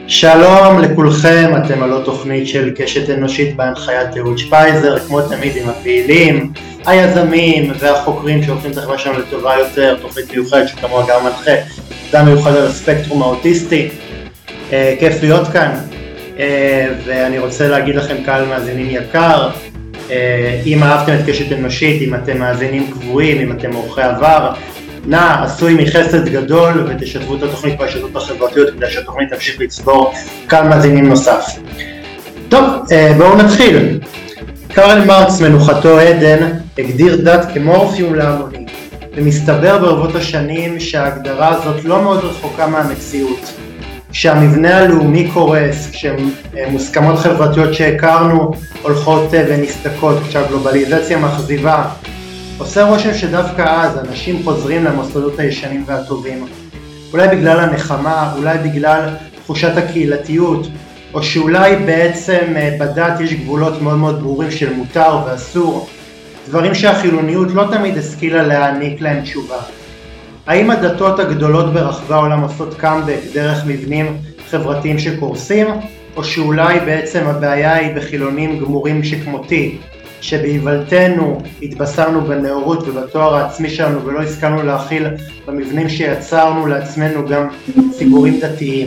שלום לכולכם, אתם על תוכנית של קשת אנושית בהנחיית אהוד שפייזר, כמו תמיד עם הפעילים, היזמים והחוקרים שהופכים את החברה שלנו לטובה יותר, תוכנית מיוחדת שכמוה גם מנחה, גם מיוחד על הספקטרום האוטיסטי. כיף להיות כאן, ואני רוצה להגיד לכם קהל מאזינים יקר, אם אהבתם את קשת אנושית, אם אתם מאזינים קבועים, אם אתם אורחי עבר, עשוי מחסד גדול ותשתפו את התוכנית ברשתות החברתיות כדי שהתוכנית תמשיך לצבור קהל מאזינים נוסף. טוב, בואו נתחיל. קרל מרקס מנוחתו עדן הגדיר דת כמורפיום להמונים, ומסתבר ברבות השנים שההגדרה הזאת לא מאוד רחוקה מהמציאות. כשהמבנה הלאומי קורס, כשמוסכמות חברתיות שהכרנו הולכות ונסתקות, כשהגלובליזציה מחזיבה, עושה רושם שדווקא אז אנשים חוזרים למוסדות הישנים והטובים. אולי בגלל הנחמה, אולי בגלל תחושת הקהילתיות, או שאולי בעצם בדת יש גבולות מאוד מאוד ברורים של מותר ואסור, דברים שהחילוניות לא תמיד השכילה להעניק להם תשובה. האם הדתות הגדולות ברחבי העולם עושות קאמבק דרך מבנים חברתיים שקורסים, או שאולי בעצם הבעיה היא בחילונים גמורים שכמותי, שבהיוולדנו התבשרנו בנאורות ובתואר העצמי שלנו ולא הסכמנו להכיל במבנים שיצרנו לעצמנו גם ציבורים דתיים,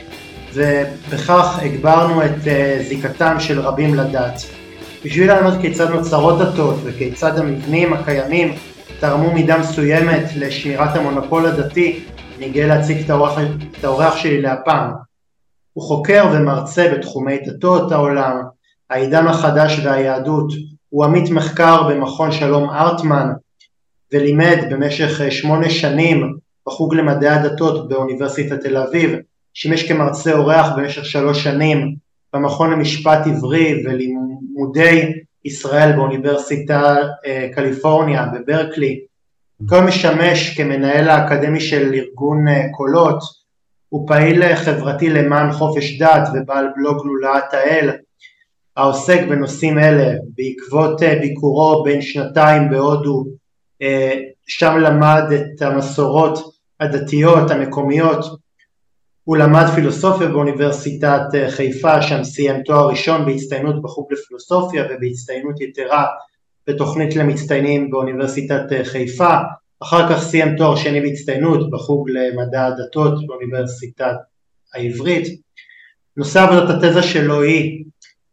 ובכך הגברנו את זיקתם של רבים לדת. בשביל לענות כיצד נוצרות דתות וכיצד המבנים הקיימים תרמו מידה מסוימת לשמירת המונופול הדתי, אני גאה להציג את האורח שלי להפעם. הוא חוקר ומרצה בתחומי דתות העולם, העידן החדש והיהדות, הוא עמית מחקר במכון שלום ארטמן, ולימד במשך 8 שנים בחוג למדעי הדתות באוניברסיטת תל אביב, שימש כמרצה אורח במשך 3 שנים במכון למשפט עברי ולימודי ישראל באוניברסיטת קליפורניה בברקלי. הוא משמש כמנהל האקדמי של ארגון קולות, הוא פעיל חברתי למען חופש דת ובעל בלוג לולאת האל, העוסק בנושאים אלה. בעקבות ביקורו בין 2 בהודו, שם למד את המסורות הדתיות המקומיות, הוא למד פילוסופיה באוניברסיטת חיפה, שם סיים תואר ראשון בהצטיינות בחוג לפילוסופיה ובהצטיינות יתרה בתוכנית למצטיינים באוניברסיטת חיפה, אחר כך סיים תואר שני בהצטיינות בחוג למדע הדתות באוניברסיטת העברית. נושא עבודת התזה שלו היא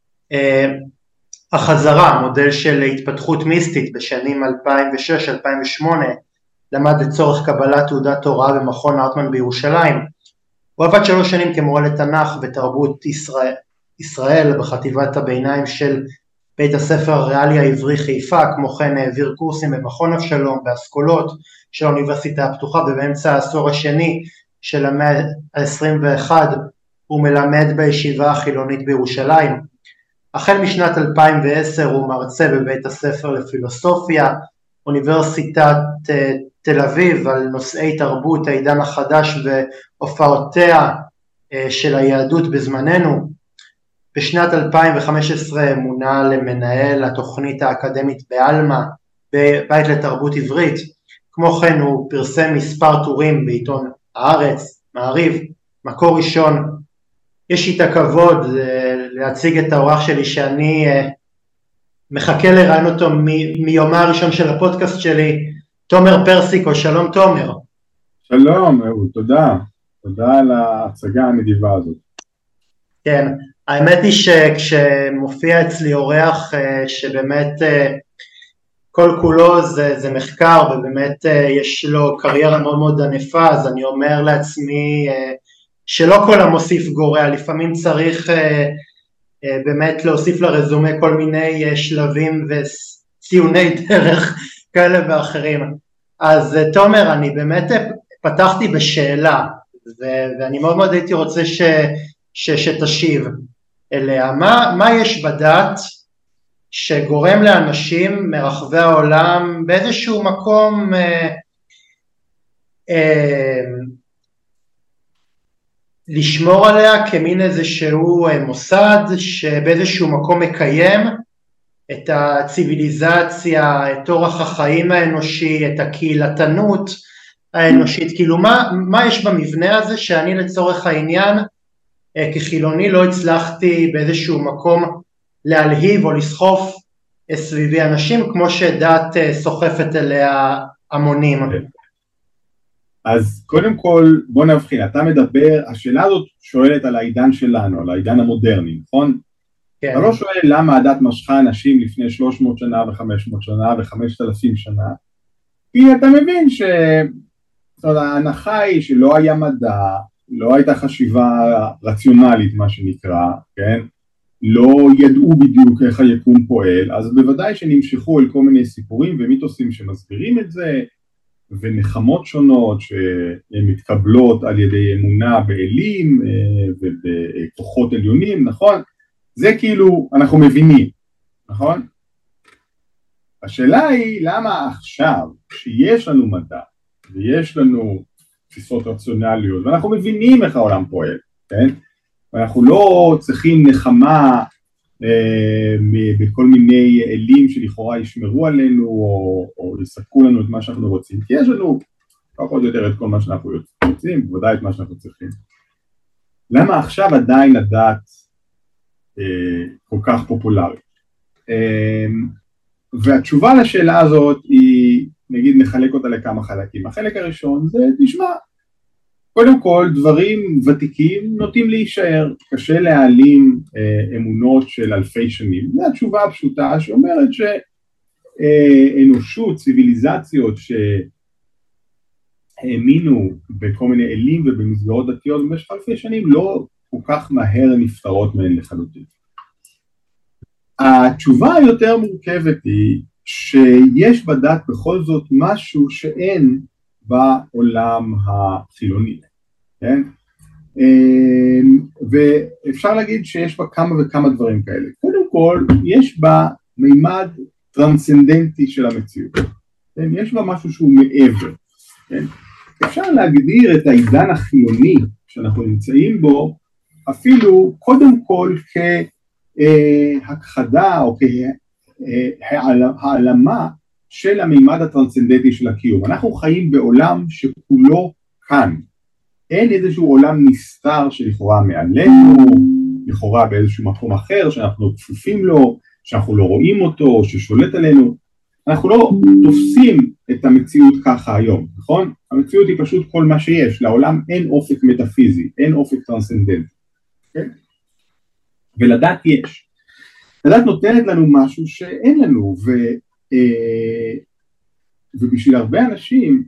החזרה, מודל של התפתחות מיסטית בשנים 2006-2008, למד לצורך קבלת תעודת הוראה במכון ארטמן בירושלים. הוא עבד 3 שנים כמורה לתנ"ך ותרבות ישראל בחטיבת הביניים של בית הספר הריאלי העברי חיפה, כמו כן העביר קורסים במכון אבשלום באסכולות של האוניברסיטה הפתוחה, ובאמצע העשור השני של המאה ה-21 הוא מלמד בישיבה החילונית בירושלים. החל משנת 2010 הוא מרצה בבית הספר לפילוסופיה, אוניברסיטת תל אביב, על נושאי תרבות, העידן החדש והופעותיה של היהדות בזמננו. בשנת 2015 מונה למנהל התוכנית האקדמית באלמה, בבית לתרבות עברית. כמו כן הוא פרסם מספר טורים בעיתון הארץ, מעריב, מקור ראשון. יש לי את הכבוד להציג את האורח שלי שאני מחכה לראיין אותו מיומה הראשון של הפודקאסט שלי, תומר פרסיקו. שלום תומר. שלום, תודה על ההצגה הנדיבה הזאת. כן, האמת היא שכשמופיע אצלי אורח שבאמת כל כולו זה מחקר ובאמת יש לו קריירה מאוד מאוד ענפה, אז אני אומר לעצמי שלא כל המוסיף גורע, לפעמים צריך באמת להוסיף לרזומה כל מיני שלבים וציוני דרך כאלה ואחרים. אז תומר, אני באמת פתחתי בשאלה, ואני מאוד מאוד הייתי רוצה שתשיב אליה. מה יש בדת שגורם לאנשים מרחבי העולם באיזשהו מקום לשמור עליה כמין איזשהו מוסד שבאיזשהו מקום מקיים את הציביליזציה, את אורח החיים האנושי, את הקהילתנות האנושית? כאילו מה יש במבנה הזה שאני לצורך העניין כחילוני לא הצלחתי באיזשהו מקום להלהיב או לסחוף סביבי אנשים כמו שדת סוחפת אליה המונים. אז קודם כל בוא נבחין, אתה מדבר, השאלה הזאת שואלת על העידן שלנו, על העידן המודרני, נכון? כן. אתה לא שואל למה הדת משכה אנשים לפני 300 שנה ו500 שנה ו5,000 שנה, כי אתה מבין שההנחה היא שלא היה מדע, לא הייתה חשיבה רציונלית מה שנקרא, כן? לא ידעו בדיוק איך היקום פועל, אז בוודאי שנמשכו אל כל מיני סיפורים ומיתוסים שמסבירים את זה, ונחמות שונות שמתקבלות על ידי אמונה באלים ובכוחות עליונים, נכון? זה כאילו אנחנו מבינים, נכון? השאלה היא למה עכשיו שיש לנו מדע ויש לנו תפיסות רציונליות ואנחנו מבינים איך העולם פועל, כן? ואנחנו לא צריכים נחמה בכל מיני אלים שלכאורה ישמרו עלינו או יספקו לנו את מה שאנחנו רוצים, כי יש לנו פחות או יותר את כל מה שאנחנו רוצים, בוודאי את מה שאנחנו צריכים. למה עכשיו עדיין הדת כל כך פופולרית? והתשובה לשאלה הזאת היא, נגיד נחלק אותה לכמה חלקים. החלק הראשון זה נשמע, קודם כל דברים ותיקים נוטים להישאר, קשה להעלים אמונות של אלפי שנים. זו התשובה הפשוטה שאומרת שאנושות, ציוויליזציות שהאמינו בכל מיני אלים ובמסגרות דתיות במשך אלפי שנים לא כל כך מהר נפטרות מהן לחלוטין. התשובה היותר מורכבת היא שיש בדת בכל זאת משהו שאין בעולם החילוני, כן? ואפשר להגיד שיש בה כמה וכמה דברים כאלה. קודם כל, יש בה מימד טרנסצנדנטי של המציאות, כן? יש בה משהו שהוא מעבר, כן? אפשר להגדיר את העידן החילוני שאנחנו נמצאים בו, אפילו קודם כל כהכחדה או כהעלמה של המימד הטרנסצנדנטי של הקיום. אנחנו חיים בעולם שכולו כאן. אין איזשהו עולם נסתר שלכאורה מעלינו, לכאורה באיזשהו מקום אחר שאנחנו כפופים לו, שאנחנו לא רואים אותו, ששולט עלינו. אנחנו לא תופסים את המציאות ככה היום, נכון? המציאות היא פשוט כל מה שיש. לעולם אין אופק מטאפיזי, אין אופק טרנסצנדנטי. Okay? ולדת יש. הדת נותנת לנו משהו שאין לנו, ובשביל הרבה אנשים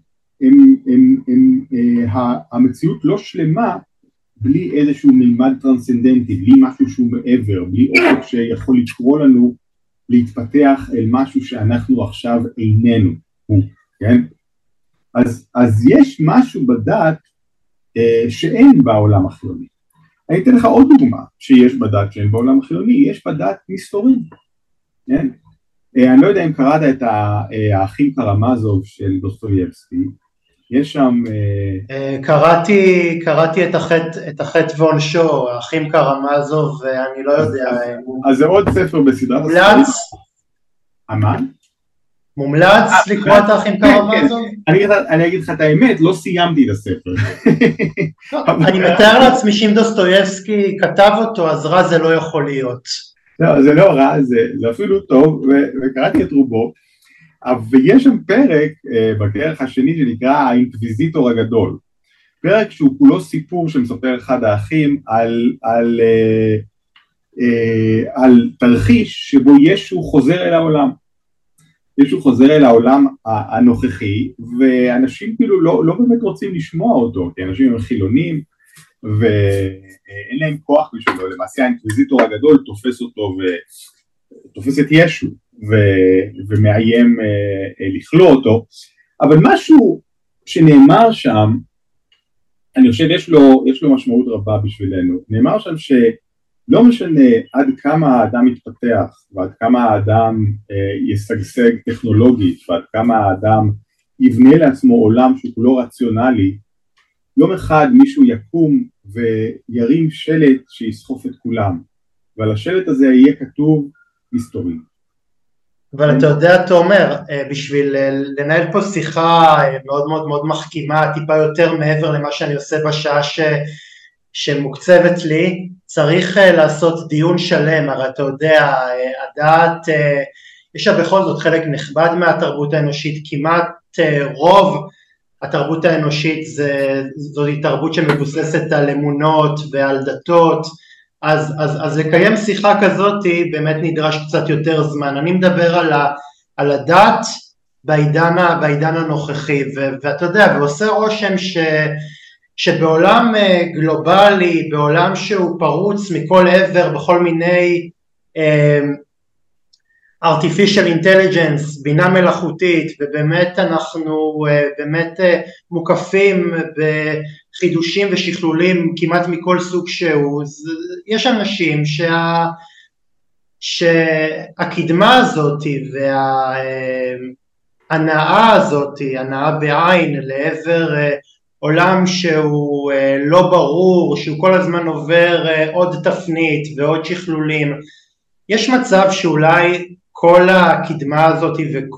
המציאות לא שלמה בלי איזשהו מימד טרנסצנדנטי, בלי משהו שהוא מעבר, בלי אופק שיכול לקרוא לנו להתפתח אל משהו שאנחנו עכשיו איננו, כן? אז יש משהו בדת שאין בעולם החילוני. אני אתן לך עוד דוגמה שיש בדת שאין בעולם החילוני, יש בדת מסתורים, כן? אני לא יודע אם קראת את האחים קרמזוב של דוסטויבסקי, יש שם... קראתי את החטא ועונשו, האחים קרמזוב, ואני לא יודע... אז זה עוד ספר בסדרת... מומלץ? אמן? מומלץ לקרוא את האחים קרמזוב? אני אגיד לך את האמת, לא סיימתי את הספר. אני מתאר לעצמי שאם דוסטויבסקי כתב אותו, אז רע זה לא יכול להיות. לא, זה לא רע, זה אפילו טוב, וקראתי את רובו, ויש שם פרק בכרך השני שנקרא האינקוויזיטור הגדול, פרק שהוא כולו סיפור שמספר אחד האחים על תרחיש שבו ישו חוזר אל העולם, ישו חוזר אל העולם הנוכחי, ואנשים כאילו לא באמת רוצים לשמוע אותו, כי אנשים הם חילונים, ואין להם כוח בשבילו, למעשה האינקוויזיטור הגדול תופס אותו ותופס את ישו ומאיים לכלוא אותו, אבל משהו שנאמר שם, אני חושב יש לו משמעות רבה בשבילנו, נאמר שם שלא משנה עד כמה האדם יתפתח, ועד כמה האדם ישגשג טכנולוגית, ועד כמה האדם יבנה לעצמו עולם שהוא כולו רציונלי, יום אחד מישהו יקום וירים שלט שיסחוף את כולם, ועל השלט הזה יהיה כתוב מסתורי. אבל אתה יודע, תומר, בשביל לנהל פה שיחה מאוד מאוד מאוד מחכימה, טיפה יותר מעבר למה שאני עושה בשעה שמוקצבת לי, צריך לעשות דיון שלם, הרי אתה יודע, הדעת, יש לה בכל זאת חלק נכבד מהתרבות האנושית, כמעט רוב התרבות האנושית זו תרבות שמבוססת על אמונות ועל דתות, אז לקיים שיחה כזאת באמת נדרש קצת יותר זמן. אני מדבר על הדת בעידן הנוכחי, ואתה יודע, ועושה רושם שבעולם גלובלי, בעולם שהוא פרוץ מכל עבר, בכל מיני artificial intelligence, בינה מלאכותית, ובאמת אנחנו באמת מוקפים בחידושים ושכלולים כמעט מכל סוג שהוא. יש אנשים שהקדמה הזאת וההנאה הזאת, הנאה בעין לעבר עולם שהוא לא ברור, שהוא כל הזמן עובר עוד תפנית ועוד שכלולים, יש מצב שאולי כל הקדמה הזאת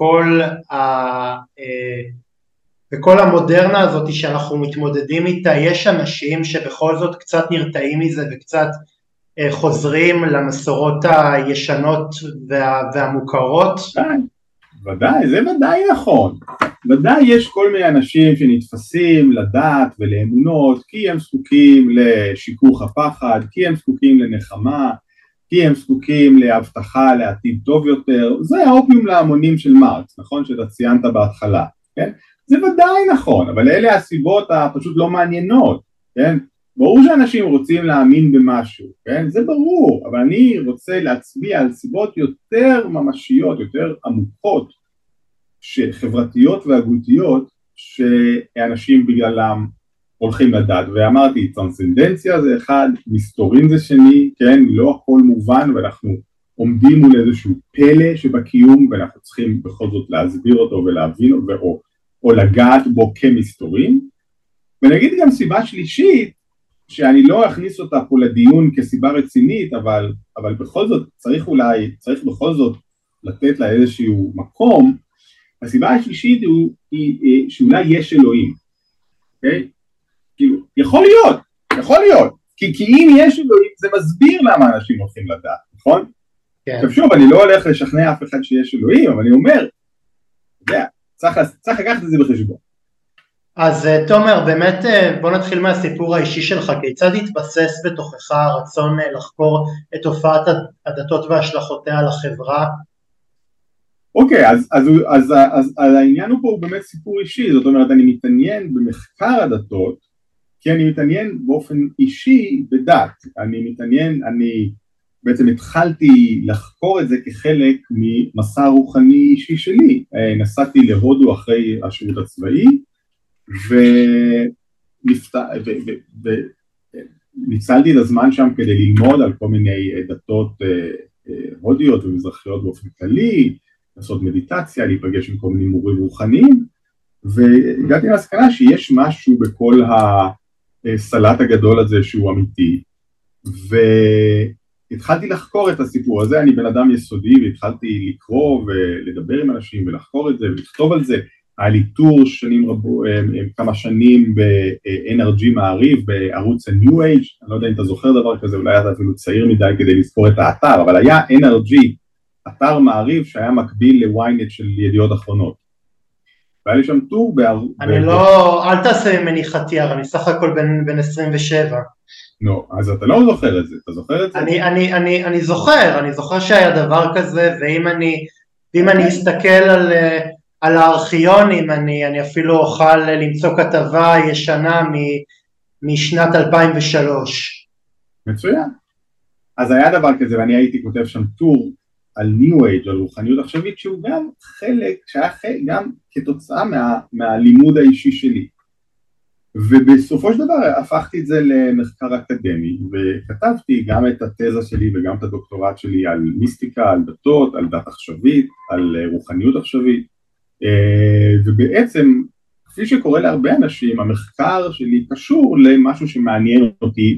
וכל המודרנה הזאת שאנחנו מתמודדים איתה, יש אנשים שבכל זאת קצת נרתעים מזה וקצת חוזרים למסורות הישנות והמוכרות? ודאי, זה ודאי נכון. ודאי יש כל מיני אנשים שנתפסים לדת ולאמונות, כי הם זקוקים לשיכוך הפחד, כי הם זקוקים לנחמה, כי הם זקוקים להבטחה לעתיד טוב יותר. זה האופיום להמונים של מרקס, נכון? שאתה ציינת בהתחלה, כן? זה ודאי נכון, אבל אלה הסיבות הפשוט לא מעניינות, כן? ברור שאנשים רוצים להאמין במשהו, כן? זה ברור, אבל אני רוצה להצביע על סיבות יותר ממשיות, יותר עמוקות, חברתיות והגותיות, שאנשים בגללם הולכים לדעת. ואמרתי, טרנסצנדנציה זה אחד, מסתורים זה שני, כן? לא הכל מובן, ואנחנו עומדים מול איזשהו פלא שבקיום, ואנחנו צריכים בכל זאת להסביר אותו ולהבין, או לגעת בו כמסתורים. ונגיד גם סיבה שלישית, שאני לא אכניס אותה פה לדיון כסיבה רצינית, אבל בכל זאת צריך בכל זאת לתת לה איזשהו מקום. הסיבה השלישית היא שאולי יש אלוהים, אוקיי? כאילו, יכול להיות, כי אם יש אלוהים זה מסביר למה אנשים הולכים לדעת, נכון? כן. עכשיו שוב, אני לא הולך לשכנע אף אחד שיש אלוהים, אבל אני אומר, צריך לקחת את זה בחשבון. אז תומר, באמת בוא נתחיל מהסיפור האישי שלך, כיצד התבסס בתוכך הרצון לחקור את תופעת הדתות והשלכותיה על החברה? אוקיי, אז העניין הוא פה הוא באמת סיפור אישי, זאת אומרת אני מתעניין במחקר הדתות, כי אני מתעניין באופן אישי בדת, אני בעצם התחלתי לחקור את זה כחלק ממסע רוחני אישי שלי, נסעתי להודו אחרי השירות הצבאי, וניצלתי את הזמן שם כדי ללמוד על כל מיני דתות הודיות ומזרחיות באופן כללי, לעשות מדיטציה, להיפגש עם כל מיני מורים רוחניים, והגעתי להסקנה שיש משהו בכל הסלט הגדול הזה שהוא אמיתי, והתחלתי לחקור את הסיפור הזה. אני בן אדם יסודי והתחלתי לקרוא ולדבר עם אנשים ולחקור את זה ולכתוב על זה. היה לי טור כמה שנים ב-NRG מעריב בערוץ ה-New Age, אני לא יודע אם אתה זוכר דבר כזה, אולי אתה אפילו צעיר מדי כדי לזכור את האתר, אבל היה NRG, אתר מעריב שהיה מקביל ל-Ynet של ידיעות אחרונות. והיה לי שם טור אני לא, אל תעשה ממני חתיאר, אני סך הכל בן 27. לא, אז אתה לא זוכר את זה, אתה זוכר את זה? אני זוכר שהיה דבר כזה, ואם אני אסתכל על הארכיונים, אני אפילו אוכל למצוא כתבה ישנה משנת 2003. מצוין. אז היה דבר כזה, ואני הייתי כותב שם טור על New Age, על רוחניות עכשווית, שהוא גם שהיה חלק גם כתוצאה מהלימוד האישי שלי. ובסופו של דבר הפכתי את זה למחקר אקדמי, וכתבתי גם את התזה שלי וגם את הדוקטורט שלי על מיסטיקה, על דתות, על דת עכשווית, על רוחניות עכשווית, ובעצם, כפי שקורה להרבה אנשים, המחקר שלי קשור למשהו שמעניין אותי.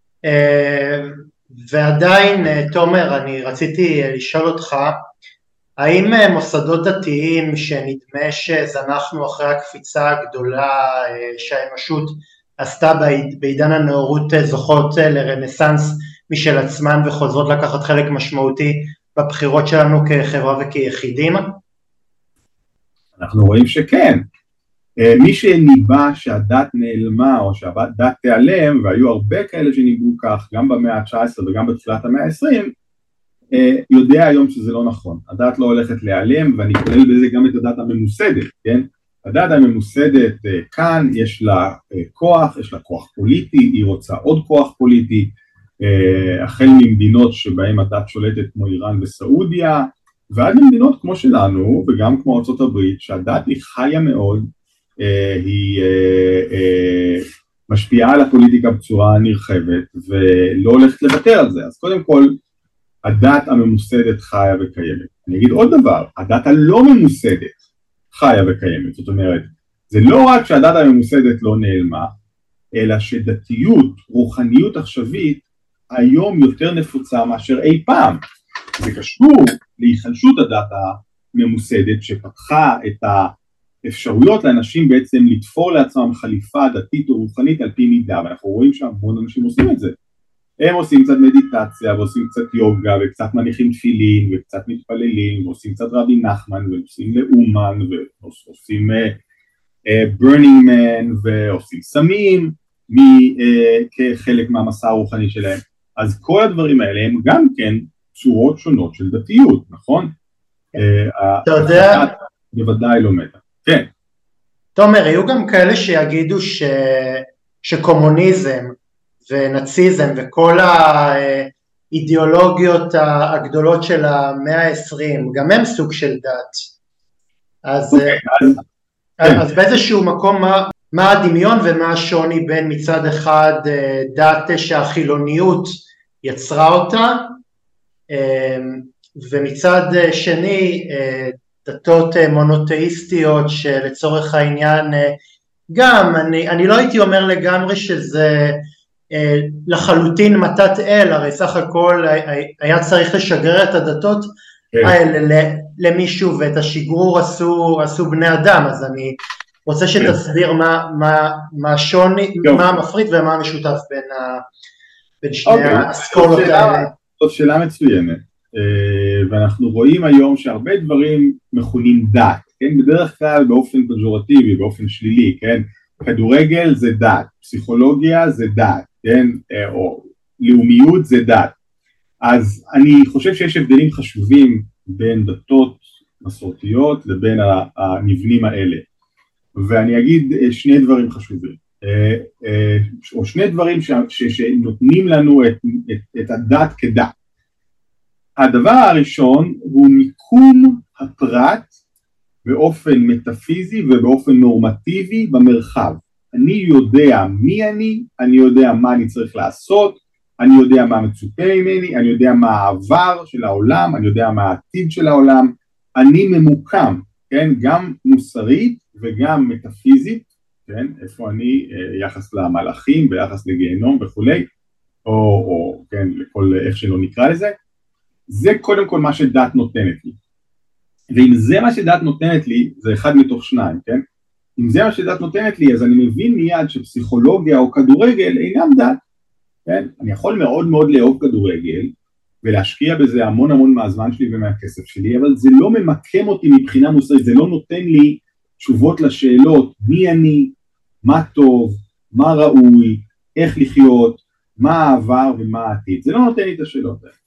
ועדיין, תומר, אני רציתי לשאול אותך, האם מוסדות דתיים שנדמה שזנחנו אחרי הקפיצה הגדולה שהאנושות עשתה בעידן הנאורות זוכות לרנסנס משל עצמן וחוזרות לקחת חלק משמעותי בבחירות שלנו כחברה וכיחידים? אנחנו רואים שכן. מי שניבא שהדת נעלמה או שהדת תיעלם, והיו הרבה כאלה שניבאו כך גם במאה ה-19 וגם בתחילת המאה ה-20, יודע היום שזה לא נכון. הדת לא הולכת להיעלם, ואני כולל בזה גם את הדת הממוסדת, כן? הדת הממוסדת כאן יש לה כוח, יש לה כוח פוליטי, היא רוצה עוד כוח פוליטי, החל ממדינות שבהן הדת שולטת כמו איראן וסעודיה, ועד ממדינות כמו שלנו וגם כמו ארצות הברית, שהדת היא חיה מאוד, היא משפיעה על הפוליטיקה בצורה נרחבת ולא הולכת לוותר על זה. אז קודם כל, הדת הממוסדת חיה וקיימת. אני אגיד עוד דבר, הדת הלא ממוסדת חיה וקיימת. זאת אומרת, זה לא רק שהדת הממוסדת לא נעלמה, אלא שדתיות, רוחניות עכשווית, היום יותר נפוצה מאשר אי פעם. זה קשור להיחלשות הדת הממוסדת שפתחה את האפשרויות לאנשים בעצם לתפור לעצמם חליפה דתית או רוחנית על פי מידה, ואנחנו רואים שהמון אנשים עושים את זה. הם עושים קצת מדיטציה ועושים קצת יוגה וקצת מניחים תפילין וקצת מתפללים ועושים קצת רבי נחמן ועושים לאומן ועושים burning man ועושים סמים כחלק מהמסע הרוחני שלהם. אז כל הדברים האלה הם גם כן צורות שונות של דתיות, נכון? אתה יודע? בוודאי לא מתה. כן. תומר, היו גם כאלה שיגידו שקומוניזם ונאציזם וכל האידיאולוגיות הגדולות של המאה ה-20, גם הם סוג של דת. אז באיזשהו מקום, מה הדמיון ומה השוני בין מצד אחד דת שהחילוניות יצרה אותה, ומצד שני דתות מונותאיסטיות שלצורך העניין גם, אני לא הייתי אומר לגמרי שזה לחלוטין מתת אל, הרי סך הכל היה צריך לשגר את הדתות האלה למישהו, ואת השיגרור עשו בני אדם, אז אני רוצה שתסביר מה השוני, מה המפריד ומה המשותף בין שני האסכולות האלה. זאת שאלה מצוינת, ואנחנו רואים היום שהרבה דברים מכונים דת, כן? בדרך כלל באופן פג'ורטיבי, באופן שלילי, כן? כדורגל זה דת, פסיכולוגיה זה דת, כן? או לאומיות זה דת. אז אני חושב שיש הבדלים חשובים בין דתות מסורתיות לבין המבנים האלה. ואני אגיד שני דברים חשובים, או שני דברים שנותנים לנו את הדת כדת. הדבר הראשון הוא מיקום הפרט באופן מטאפיזי ובאופן נורמטיבי במרחב. אני יודע מי אני יודע מה אני צריך לעשות, אני יודע מה מצופה ממני, אני יודע מה העבר של העולם, אני יודע מה העתיד של העולם, אני ממוקם, כן? גם מוסרית וגם מטאפיזית, כן? איפה אני יחס למלאכים, ביחס לגיהנום וכולי, או כן, לכל איך שלא נקרא לזה, זה קודם כל מה שדת נותנת לי. ואם זה מה שדת נותנת לי, זה אחד מתוך שניים, כן? אם זה מה שדת נותנת לי, אז אני מבין מיד שפסיכולוגיה או כדורגל אינם דת, כן? אני יכול מאוד מאוד לאהוב כדורגל, ולהשקיע בזה המון המון מהזמן שלי ומהכסף שלי, אבל זה לא ממקם אותי מבחינה מוסרית, זה לא נותן לי תשובות לשאלות, מי אני, מה טוב, מה ראוי, איך לחיות, מה העבר ומה העתיד, זה לא נותן לי את השאלות האלה.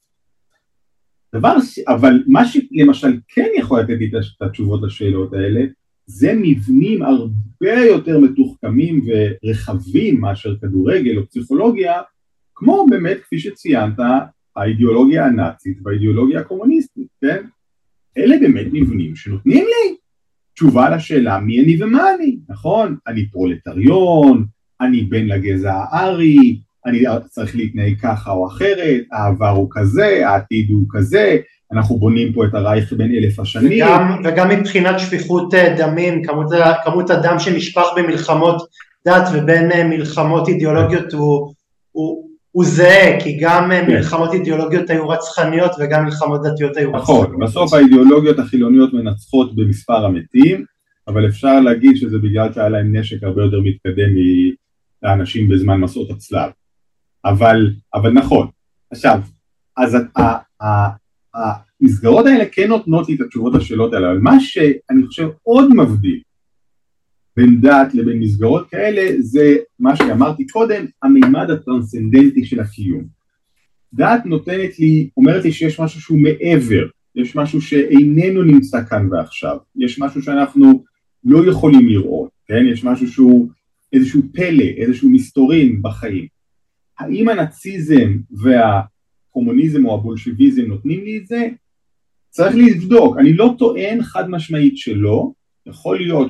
אבל מה שלמשל כן יכול לתת לי את התשובות לשאלות האלה, זה מבנים הרבה יותר מתוחכמים ורחבים מאשר כדורגל או פסיכולוגיה, כמו באמת כפי שציינת, האידיאולוגיה הנאצית והאידיאולוגיה הקומוניסטית, כן? אלה באמת מבנים שנותנים לי תשובה לשאלה מי אני ומה אני, נכון? אני פרולטריון, אני בן לגזע הארי, אני צריך להתנהג ככה או אחרת, העבר הוא כזה, העתיד הוא כזה, אנחנו בונים פה את הרייך בין 1000 השנים. וגם מבחינת שפיכות דמים, כמות הדם שנשפך במלחמות דת ובין מלחמות אידיאולוגיות הוא הוא זהה, כי גם מלחמות אידיאולוגיות היו רצחניות וגם מלחמות דתיות היו רצחניות. נכון, בסוף האידיאולוגיות החילוניות מנצחות במספר המתים, אבל אפשר להגיד שזה בגלל שהיה להם נשק הרבה יותר מתקדם לאנשים בזמן מסעות הצלב. אבל נכון. עכשיו, אז המסגרות האלה כן נותנות לי את התשובות לשאלות האלה, אבל מה שאני חושב עוד מבדיל בין דת לבין מסגרות כאלה, זה מה שאמרתי קודם, המימד הטרנסצנדנטי של הקיום. דת נותנת לי, אומרת לי שיש משהו שהוא מעבר, יש משהו שאיננו נמצא כאן ועכשיו, יש משהו שאנחנו לא יכולים לראות, כן? יש משהו שהוא איזשהו פלא, איזשהו מסתורין בחיים. האם הנאציזם והקומוניזם או הבולשביזם נותנים לי את זה? צריך לבדוק, אני לא טוען חד משמעית שלא, יכול להיות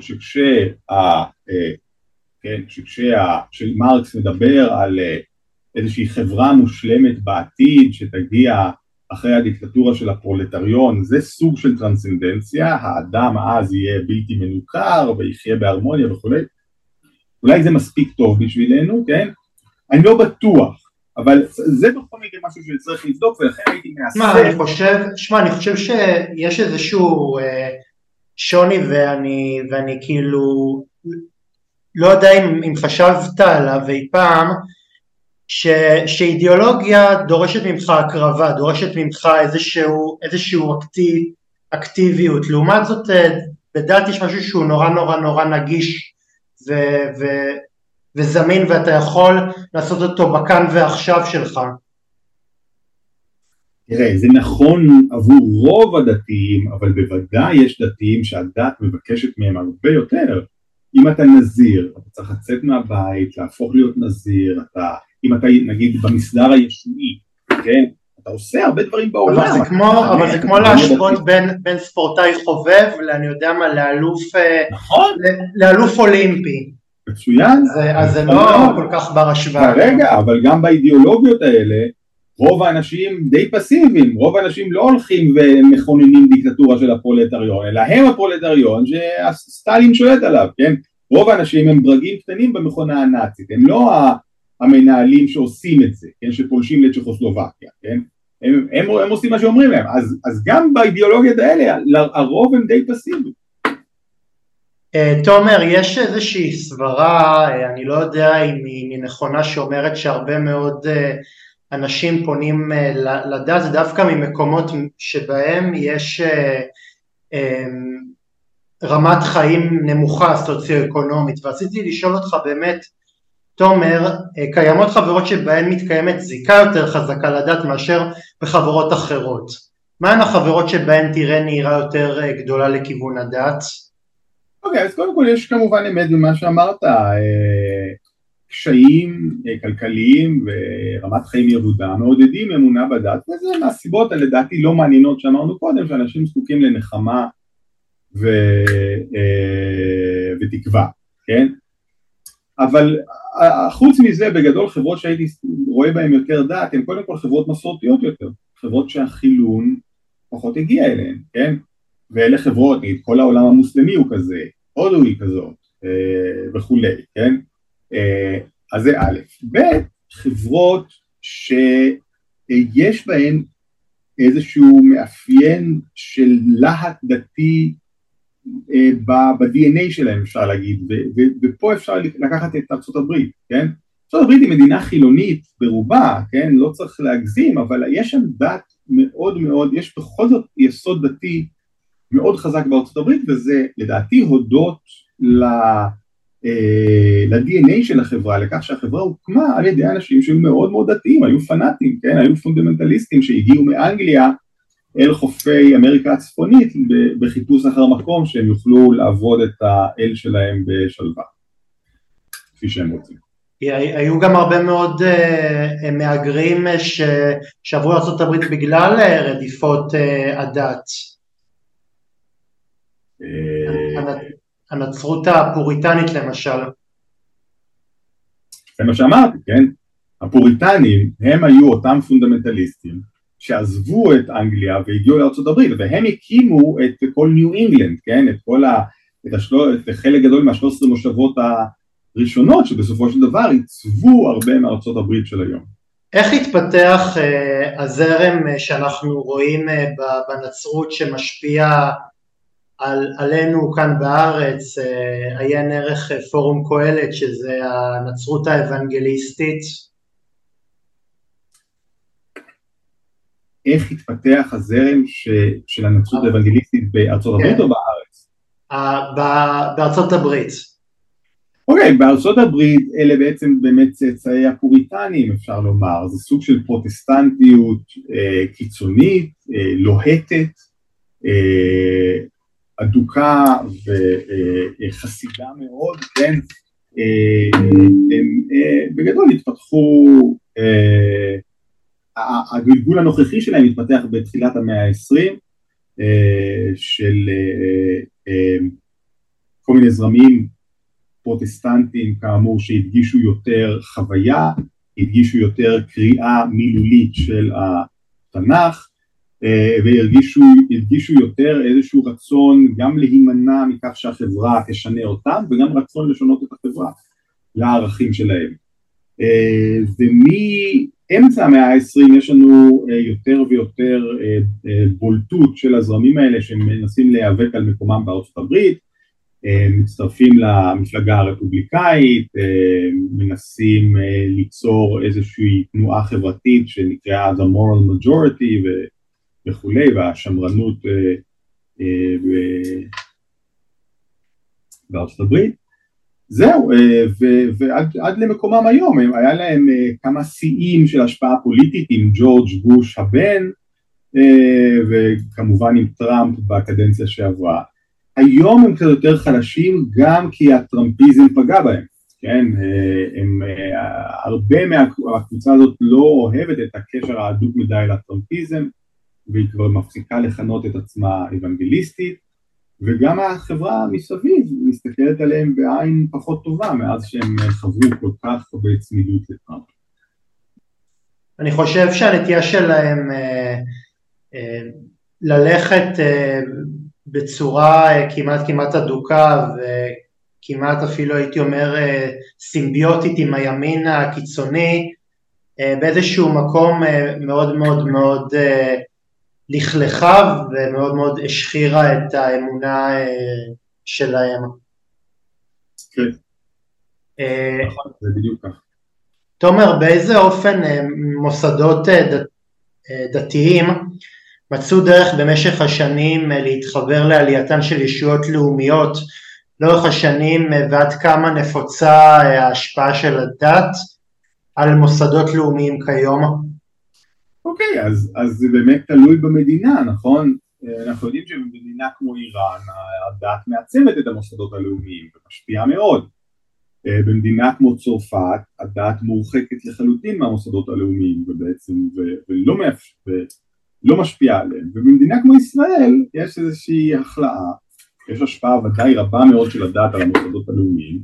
כשמרקס מדבר על איזושהי חברה מושלמת בעתיד שתגיע אחרי הדיקטטורה של הפרולטריון, זה סוג של טרנסצנדנציה, האדם אז יהיה בלתי מנוכר ויחיה בהרמוניה וכו'. אולי זה מספיק טוב בשבילנו, כן? אני לא בטוח, אבל זה בכל מקרה משהו שצריך לבדוק, ולכן הייתי מעשה... אני חושב שיש איזשהו שוני, ואני כאילו לא יודע אם חשבת עליו אי פעם, שאידיאולוגיה דורשת ממך הקרבה, דורשת ממך איזשהו אקטיביות, לעומת זאת בדת יש משהו שהוא נורא נורא נורא נגיש וזמין, ואתה יכול לעשות אותו בכאן ועכשיו שלך. תראה, זה נכון עבור רוב הדתיים, אבל בוודאי יש דתיים שהדת מבקשת מהם הרבה יותר. אם אתה נזיר, אתה צריך לצאת מהבית, להפוך להיות נזיר, אם אתה נגיד במסדר הישועי, כן? אתה עושה הרבה דברים בעולם. אבל זה כמו להשוות בין ספורטאי חובב, אני יודע מה, לאלוף אולימפי. מצוין. אז זה לא כל כך בר השוואה. רגע, אבל גם באידיאולוגיות האלה, רוב האנשים די פסיביים, רוב האנשים לא הולכים ומכוננים דיקטטורה של הפרולטריון, אלא הם הפרולטריון שהסטלין שולט עליו, כן? רוב האנשים הם ברגים קטנים במכונה הנאצית, הם לא המנהלים שעושים את זה, כן? שפולשים לצ'כוסלובקיה, כן? הם עושים מה שאומרים להם, אז גם באידיאולוגיות האלה, הרוב הם די פסיביים. תומר, יש איזושהי סברה, אני לא יודע אם היא נכונה, שאומרת שהרבה מאוד אנשים פונים לדת, זה דווקא ממקומות שבהם יש רמת חיים נמוכה סוציו-אקונומית, ורציתי לשאול אותך באמת, תומר, קיימות חברות שבהן מתקיימת זיקה יותר חזקה לדת מאשר בחברות אחרות. מהן החברות שבהן תראה נהירה יותר גדולה לכיוון הדת? אוקיי, אז קודם כל יש כמובן אמת במה שאמרת, קשיים כלכליים ורמת חיים ירודה, מעודדים אמונה בדת, וזה מהסיבות לדעתי לא מעניינות שאמרנו קודם, שאנשים זקוקים לנחמה ותקווה, כן? אבל חוץ מזה, בגדול חברות שהייתי רואה בהן יותר דת, הן קודם כל חברות מסורתיות יותר, חברות שהחילון פחות הגיע אליהן, כן? ואלה חברות, כל העולם המוסלמי הוא כזה, הודוי כזאת וכולי, כן? אז זה א', ב', חברות שיש בהן איזשהו מאפיין של להט דתי ב-DNA שלהם אפשר להגיד, ופה אפשר לקחת את ארצות הברית, כן? ארצות הברית היא מדינה חילונית ברובה, כן? לא צריך להגזים, אבל יש שם דת מאוד מאוד, יש בכל זאת יסוד דתי מאוד חזק בארצות הברית, וזה לדעתי הודות ל-DNA של החברה, לכך שהחברה הוקמה על ידי אנשים שהיו מאוד מאוד דתיים, היו פנאטים, כן? היו פונדמנטליסטים שהגיעו מאנגליה אל חופי אמריקה הצפונית בחיפוש אחר מקום שהם יוכלו לעבוד את האל שלהם בשלווה, כפי שהם רוצים. היו גם הרבה מאוד מהגרים שעברו לארצות הברית בגלל רדיפות הדת. הנצרות הפוריטנית למשל. זה מה שאמרתי, כן? הפוריטנים הם היו אותם פונדמנטליסטים שעזבו את אנגליה והגיעו לארצות הברית, והם הקימו את כל ניו אינגלנד, כן? את חלק גדול מה-13 מושבות הראשונות, שבסופו של דבר עיצבו הרבה מארצות הברית של היום. איך התפתח הזרם שאנחנו רואים בנצרות שמשפיע עלינו כאן בארץ, עיין ערך פורום קהלת, שזה הנצרות האבנגליסטית? איך התפתח הזרם של הנצרות האבנגליסטית בארצות הברית או בארץ? בארצות הברית. אוקיי, בארצות הברית אלה בעצם באמת צאצאי הפוריטנים, אפשר לומר, זה סוג של פרוטסטנטיות קיצונית, לוהטת, אדוקה וחסידה מאוד, כן, בגדול התפתחו, הגלגול הנוכחי שלהם התפתח בתחילת המאה ה-20, של כל מיני זרמים פרוטסטנטים כאמור שהדגישו יותר חוויה, הדגישו יותר קריאה מילולית של התנ"ך, והרגישו יותר איזשהו רצון גם להימנע מכך שהחברה תשנה אותם, וגם רצון לשנות את החברה לערכים שלהם. ומאמצע המאה ה-20 יש לנו יותר ויותר בולטות של הזרמים האלה שמנסים להיאבק על מקומם בארצות הברית, מצטרפים למפלגה הרפובליקאית, מנסים ליצור איזושהי תנועה חברתית שנקראה The Moral Majority וכולי, והשמרנות בארצות הברית. זהו, ועד למקומם היום, היה להם כמה שיאים של השפעה פוליטית עם ג'ורג' בוש הבן, וכמובן עם טראמפ בקדנציה שעברה. היום הם קצת יותר חלשים גם כי הטראמפיזם פגע בהם, כן, הרבה מהקבוצה הזאת לא אוהבת את הקשר ההדוק מדי לטראמפיזם, והיא כבר מפסיקה לכנות את עצמה אבנגליסטית, וגם החברה מסביב מסתכלת עליהם בעין פחות טובה מאז שהם חברו כל כך הרבה צמידות לטראמפ. אני חושב שהנטייה שלהם ללכת בצורה כמעט אדוקה וכמעט אפילו הייתי אומר סימביוטית עם הימין הקיצוני, באיזשהו מקום מאוד מאוד מאוד לכלכה ומאוד מאוד השחירה את האמונה שלהם. כן, נכון, זה בדיוק כך. תומר, באיזה אופן מוסדות דתיים מצאו דרך במשך השנים להתחבר לעלייתן של ישויות לאומיות לאורך השנים, ועד כמה נפוצה ההשפעה של הדת על מוסדות לאומיים כיום? אוקיי, אז זה באמת תלוי במדינה, נכון? אנחנו יודעים שבמדינה כמו איראן הדת מעצבת את המוסדות הלאומיים ומשפיעה מאוד. במדינה כמו צרפת הדת מורחקת לחלוטין מהמוסדות הלאומיים ובעצם לא משפיעה עליהם, ובמדינה כמו ישראל יש איזושהי החלאה, יש השפעה ודאי רבה מאוד של הדת על המוסדות הלאומיים,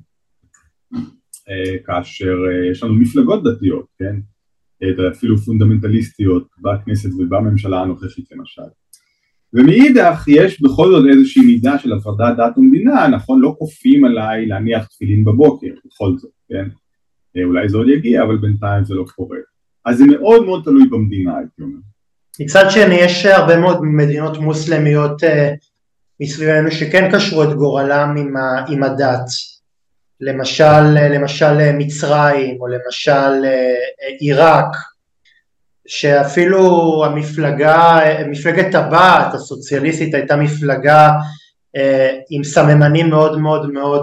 כאשר יש לנו מפלגות דתיות, כן, אפילו פונדמנטליסטיות בכנסת ובממשלה הנוכחית למשל, ומאידך יש בכל זאת איזושהי מידה של הפרדת דת ומדינה, נכון, לא כופים עליי להניח תפילין בבוקר, בכל זאת, כן, אולי זה עוד יגיע, אבל בינתיים זה לא קורה, אז זה מאוד מאוד תלוי במדינה, הייתי אומר. מצד שני יש הרבה מאוד מדינות מוסלמיות מסביבנו שכן קשרו את גורלם עם הדת, למשל מצרים או למשל עיראק, שאפילו מפלגת הבת הסוציאליסטית הייתה מפלגה עם סממנים מאוד מאוד מאוד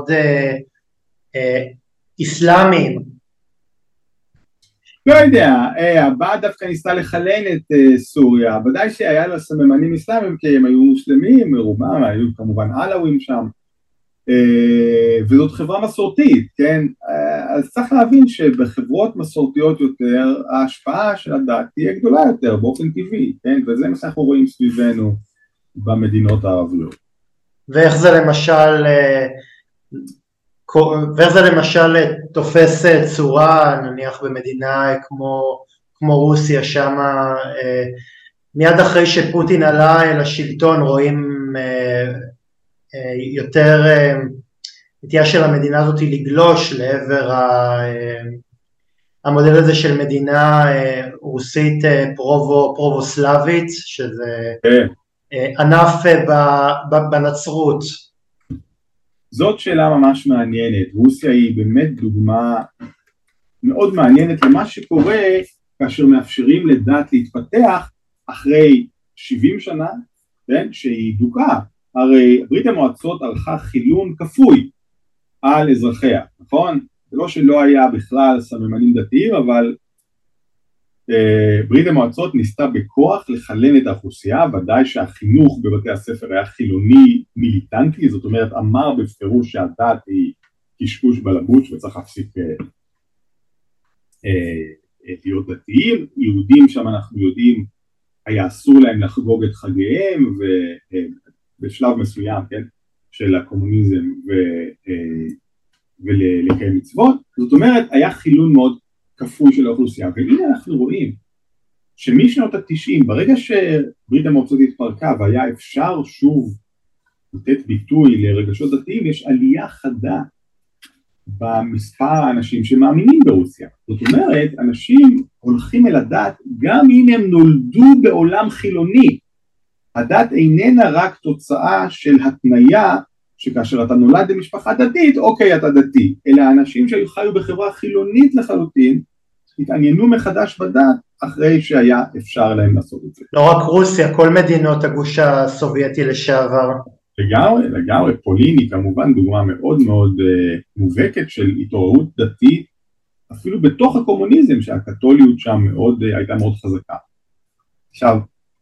איסלאמיים. לא יודע, הבא דווקא ניסתה לחלן את סוריה, ודאי שהיה לה סממנים אסלאמיים כי הם היו מוסלמים, רובם היו כמובן עלווים שם, וזאת חברה מסורתית, כן? אז צריך להבין שבחברות מסורתיות יותר, ההשפעה של הדת תהיה גדולה יותר באופן טבעי, כן? וזה מה שאנחנו רואים סביבנו במדינות הערביות. ואיך זה למשל תופס צורה, נניח במדינה כמו רוסיה, שם מיד אחרי שפוטין עלה אל השלטון רואים יותר נטייה של המדינה הזאת לגלוש לעבר המודל הזה של מדינה רוסית פרובוסלבית, שזה ענף בנצרות. זאת שאלה ממש מעניינת. רוסיה היא באמת דוגמה מאוד מעניינת למה שקורה כאשר מאפשרים לדת להתפתח אחרי 70 שנה, כן, שהיא דוקה. הרי ברית המועצות ערכה חילון כפוי על אזרחיה, נכון? זה לא שלא היה בכלל סממנים דתיים, אבל ברית המועצות ניסתה בכוח לחלן את האוכלוסייה, ודאי שהחינוך בבתי הספר היה חילוני מיליטנטי, זאת אומרת אמר בפירוש שהדת היא קשקוש בלבוש וצריך להפסיק להיות דתיים. יהודים שם אנחנו יודעים היה אסור להם לחגוג את חגיהם, ובשלב מסוים, כן, של הקומוניזם ולקיים מצוות. זאת אומרת היה חילון מאוד כפוי של האוכלוסייה, והנה אנחנו רואים שמשנות ה-90, ברגע שברית המועצות התפרקה והיה אפשר שוב לתת ביטוי לרגשות דתיים, יש עלייה חדה במספר האנשים שמאמינים ברוסיה. זאת אומרת, אנשים הולכים אל הדת גם אם הם נולדו בעולם חילוני. הדת איננה רק תוצאה של התניה שכאשר אתה נולד במשפחה דתית, אוקיי, אתה דתי, אלא אנשים שחיו בחברה חילונית לחלוטין, התעניינו מחדש בדת אחרי שהיה אפשר להם לעשות את זה. לא רק רוסיה, כל מדינות הגוש הסובייטי לשעבר. לגמרי, פולין היא כמובן דוגמה מאוד מאוד מובהקת של התעוררות דתית, אפילו בתוך הקומוניזם, שהקתוליות שם הייתה מאוד חזקה. עכשיו,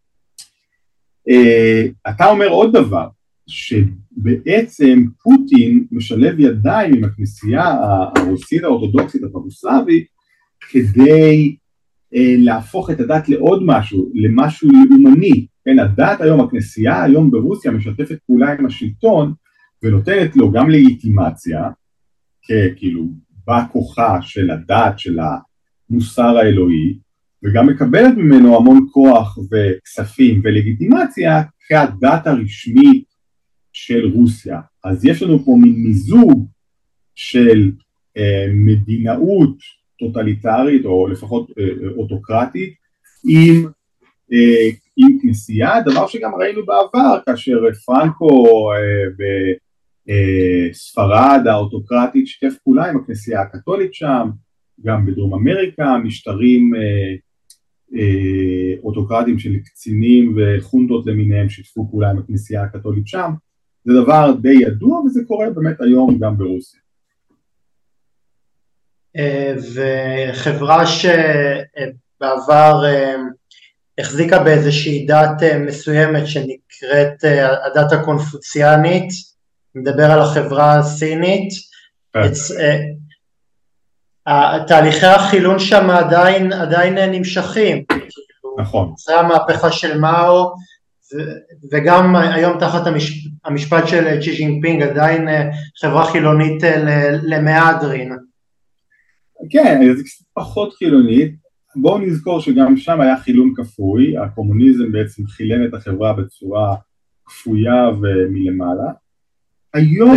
אתה אומר עוד דבר, שבעצם פוטין משלב ידיים עם הכנסייה הרוסית האורתודוקסית הפרוסלבית, כדי להפוך את הדת לעוד משהו, למשהו לאומני. כן, הדת היום, הכנסייה היום ברוסיה משתפת פעולה עם השלטון, ונותנת לו גם לגיטימציה, כאילו בא כוחה של הדת, של המוסר האלוהי, וגם מקבלת ממנו המון כוח וכספים ולגיטימציה, כהדת הרשמית של רוסיה. אז יש לנו פה מין מיזוג של מדינאות טוטליטרית, או לפחות אוטוקרטית, עם כנסייה, דבר שגם ראינו בעבר, כאשר פרנקו בספרד האוטוקרטית שתף פעולה עם הכנסייה הקתולית שם, גם בדרום אמריקה, משטרים אוטוקרטיים של קצינים וחונטות למיניהם שיתפו פעולה עם הכנסייה הקתולית שם, זה דבר די ידוע וזה קורה באמת היום גם ברוסיה. וחברה שבעבר החזיקה באיזושהי דת מסוימת שנקראת הדת הקונפוציאנית, מדבר על החברה הסינית, תהליכי החילון שם עדיין נמשכים, נכון. זה המהפכה של מאו, וגם היום תחת המשפט של צ'י ג'ינפינג עדיין חברה חילונית למהדרין. כן, זה קצת פחות חילונית, בואו נזכור שגם שם היה חילון כפוי, הקומוניזם בעצם חילן את החברה בצורה כפויה ומלמעלה. היום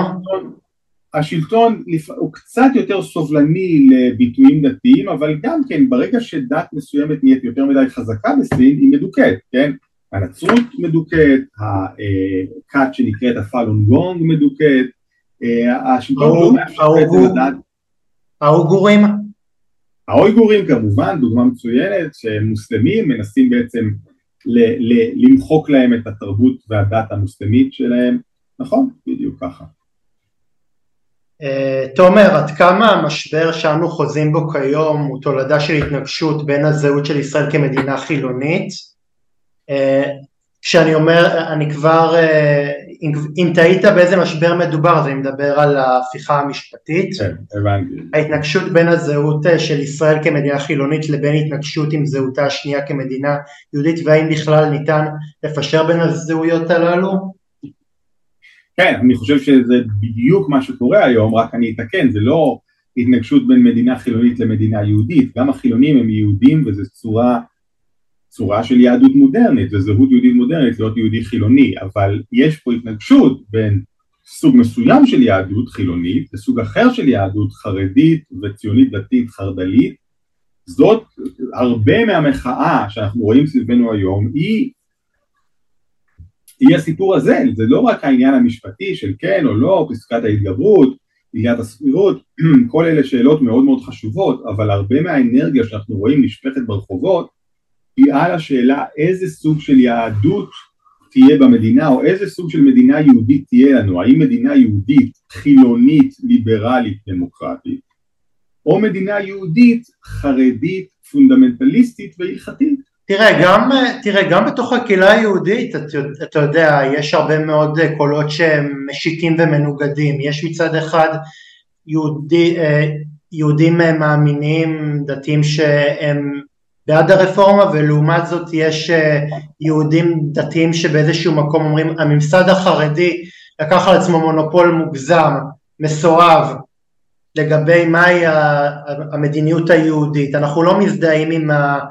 השלטון הוא קצת יותר סובלני לביטויים דתיים, אבל גם כן ברגע שדת מסוימת נהיית יותר מדי חזקה בסין, היא מדוכאת, כן? הנצרות מדוכאת, הכת שנקראת הפלון גונג מדוכאת, השלטון לא מאפשר בעצם לדעת. האויגורים כמובן, דוגמה מצוינת, שמוסלמים מנסים בעצם למחוק להם את התרבות והדת המוסלמית שלהם, נכון? בדיוק ככה. תומר, עד כמה המשבר שאנו חוזים בו כיום הוא תולדה של התנגשות בין הזהות של ישראל כמדינה חילונית? כשאני אומר, אני כבר, אם תהית באיזה משבר מדובר, אז אני מדבר על ההפיכה המשפטית. כן, הבנתי. ההתנגשות בין הזהות של ישראל כמדינה חילונית לבין התנגשות עם זהותה השנייה כמדינה יהודית, והאם בכלל ניתן לפשר בין הזהויות הללו? כן, אני חושב שזה בדיוק מה שקורה היום, רק אני אתקן, זה לא התנגשות בין מדינה חילונית למדינה יהודית, גם החילונים הם יהודים וזו צורה של יהדות מודרנית, זו זהות יהודית מודרנית, להיות יהודי חילוני, אבל יש פה התנגשות בין סוג מסוים של יהדות חילונית, וסוג אחר של יהדות חרדית וציונית דתית חרד"לית. זאת, הרבה מהמחאה שאנחנו רואים סביבנו היום, היא הסיפור הזה, זה לא רק העניין המשפטי של כן או לא, פסקת ההתגברות, עילת הסבירות, כל אלה שאלות מאוד מאוד חשובות, אבל הרבה מהאנרגיה שאנחנו רואים נשפכת ברחובות, היא על השאלה איזה סוג של יהדות תהיה במדינה, או איזה סוג של מדינה יהודית תהיה לנו, האם מדינה יהודית, חילונית, ליברלית, דמוקרטית, או מדינה יהודית, חרדית, פונדמנטליסטית והלכתית. תראה, גם בתוך הקהילה היהודית, אתה יודע, יש הרבה מאוד קולות שהם משיקים ומנוגדים. יש מצד אחד יהודים מאמינים, דתיים שהם בעד הרפורמה, ולעומת זאת יש יהודים דתיים שבאיזשהו מקום אומרים, הממסד החרדי לקח על עצמו מונופול מוגזם, מסואב, לגבי מהי המדיניות היהודית. אנחנו לא מזדהים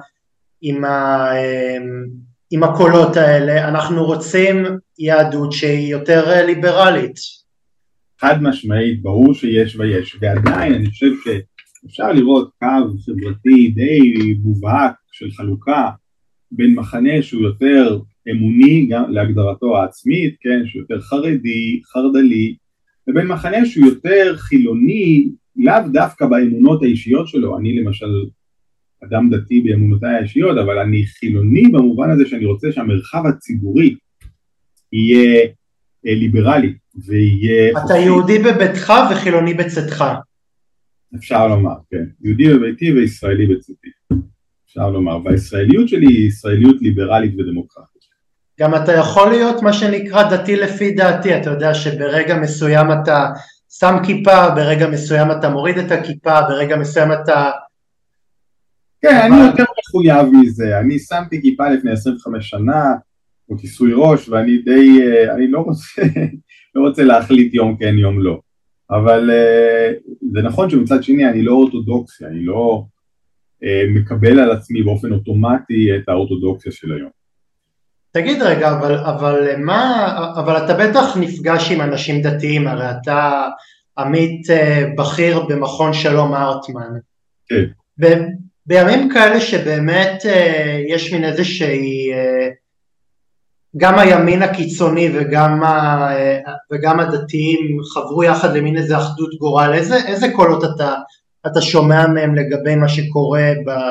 עם הקולות האלה, אנחנו רוצים יהדות שהיא יותר ליברלית. חד משמעית, ברור שיש ויש, ועדיין אני חושב שאפשר לראות קו חברתי די מובהק של חלוקה בין מחנה שהוא יותר אמוני גם להגדרתו העצמית, כן, שהוא יותר חרדי, חרד"לי, לבין מחנה שהוא יותר חילוני, לאו דווקא באמונות האישיות שלו. אני למשל אדם דתי באמונותיי האישיות, אבל אני חילוני במובן הזה שאני רוצה שהמרחב הציבורי יהיה ליברלי ויהיה... אתה יהודי בביתך וחילוני בצאתך. אפשר לומר, כן. יהודי בביתי וישראלי בצאתי. אפשר לומר, והישראליות שלי היא ישראליות ליברלית ודמוקרטית. גם אתה יכול להיות מה שנקרא דתי לפי דעתי, אתה יודע שברגע מסוים אתה שם כיפה, ברגע מסוים אתה מוריד את הכיפה, ברגע מסוים אתה... כן, אני יותר מחויב מזה, אני שמתי כיפה לפני 25 שנה, או כיסוי ראש, ואני די, אני לא רוצה להחליט יום כן יום לא, אבל זה נכון שמצד שני אני לא אורתודוקסי, אני לא מקבל על עצמי באופן אוטומטי את האורתודוקסיה של היום. תגיד רגע, אבל אתה בטח נפגש עם אנשים דתיים, הרי אתה עמית בכיר במכון שלום הרטמן. כן. בימים כאלה שבאמת יש מין איזושהי, גם הימין הקיצוני וגם הדתיים חברו יחד למין איזה אחדות גורל, איזה קולות אתה שומע מהם לגבי מה שקורה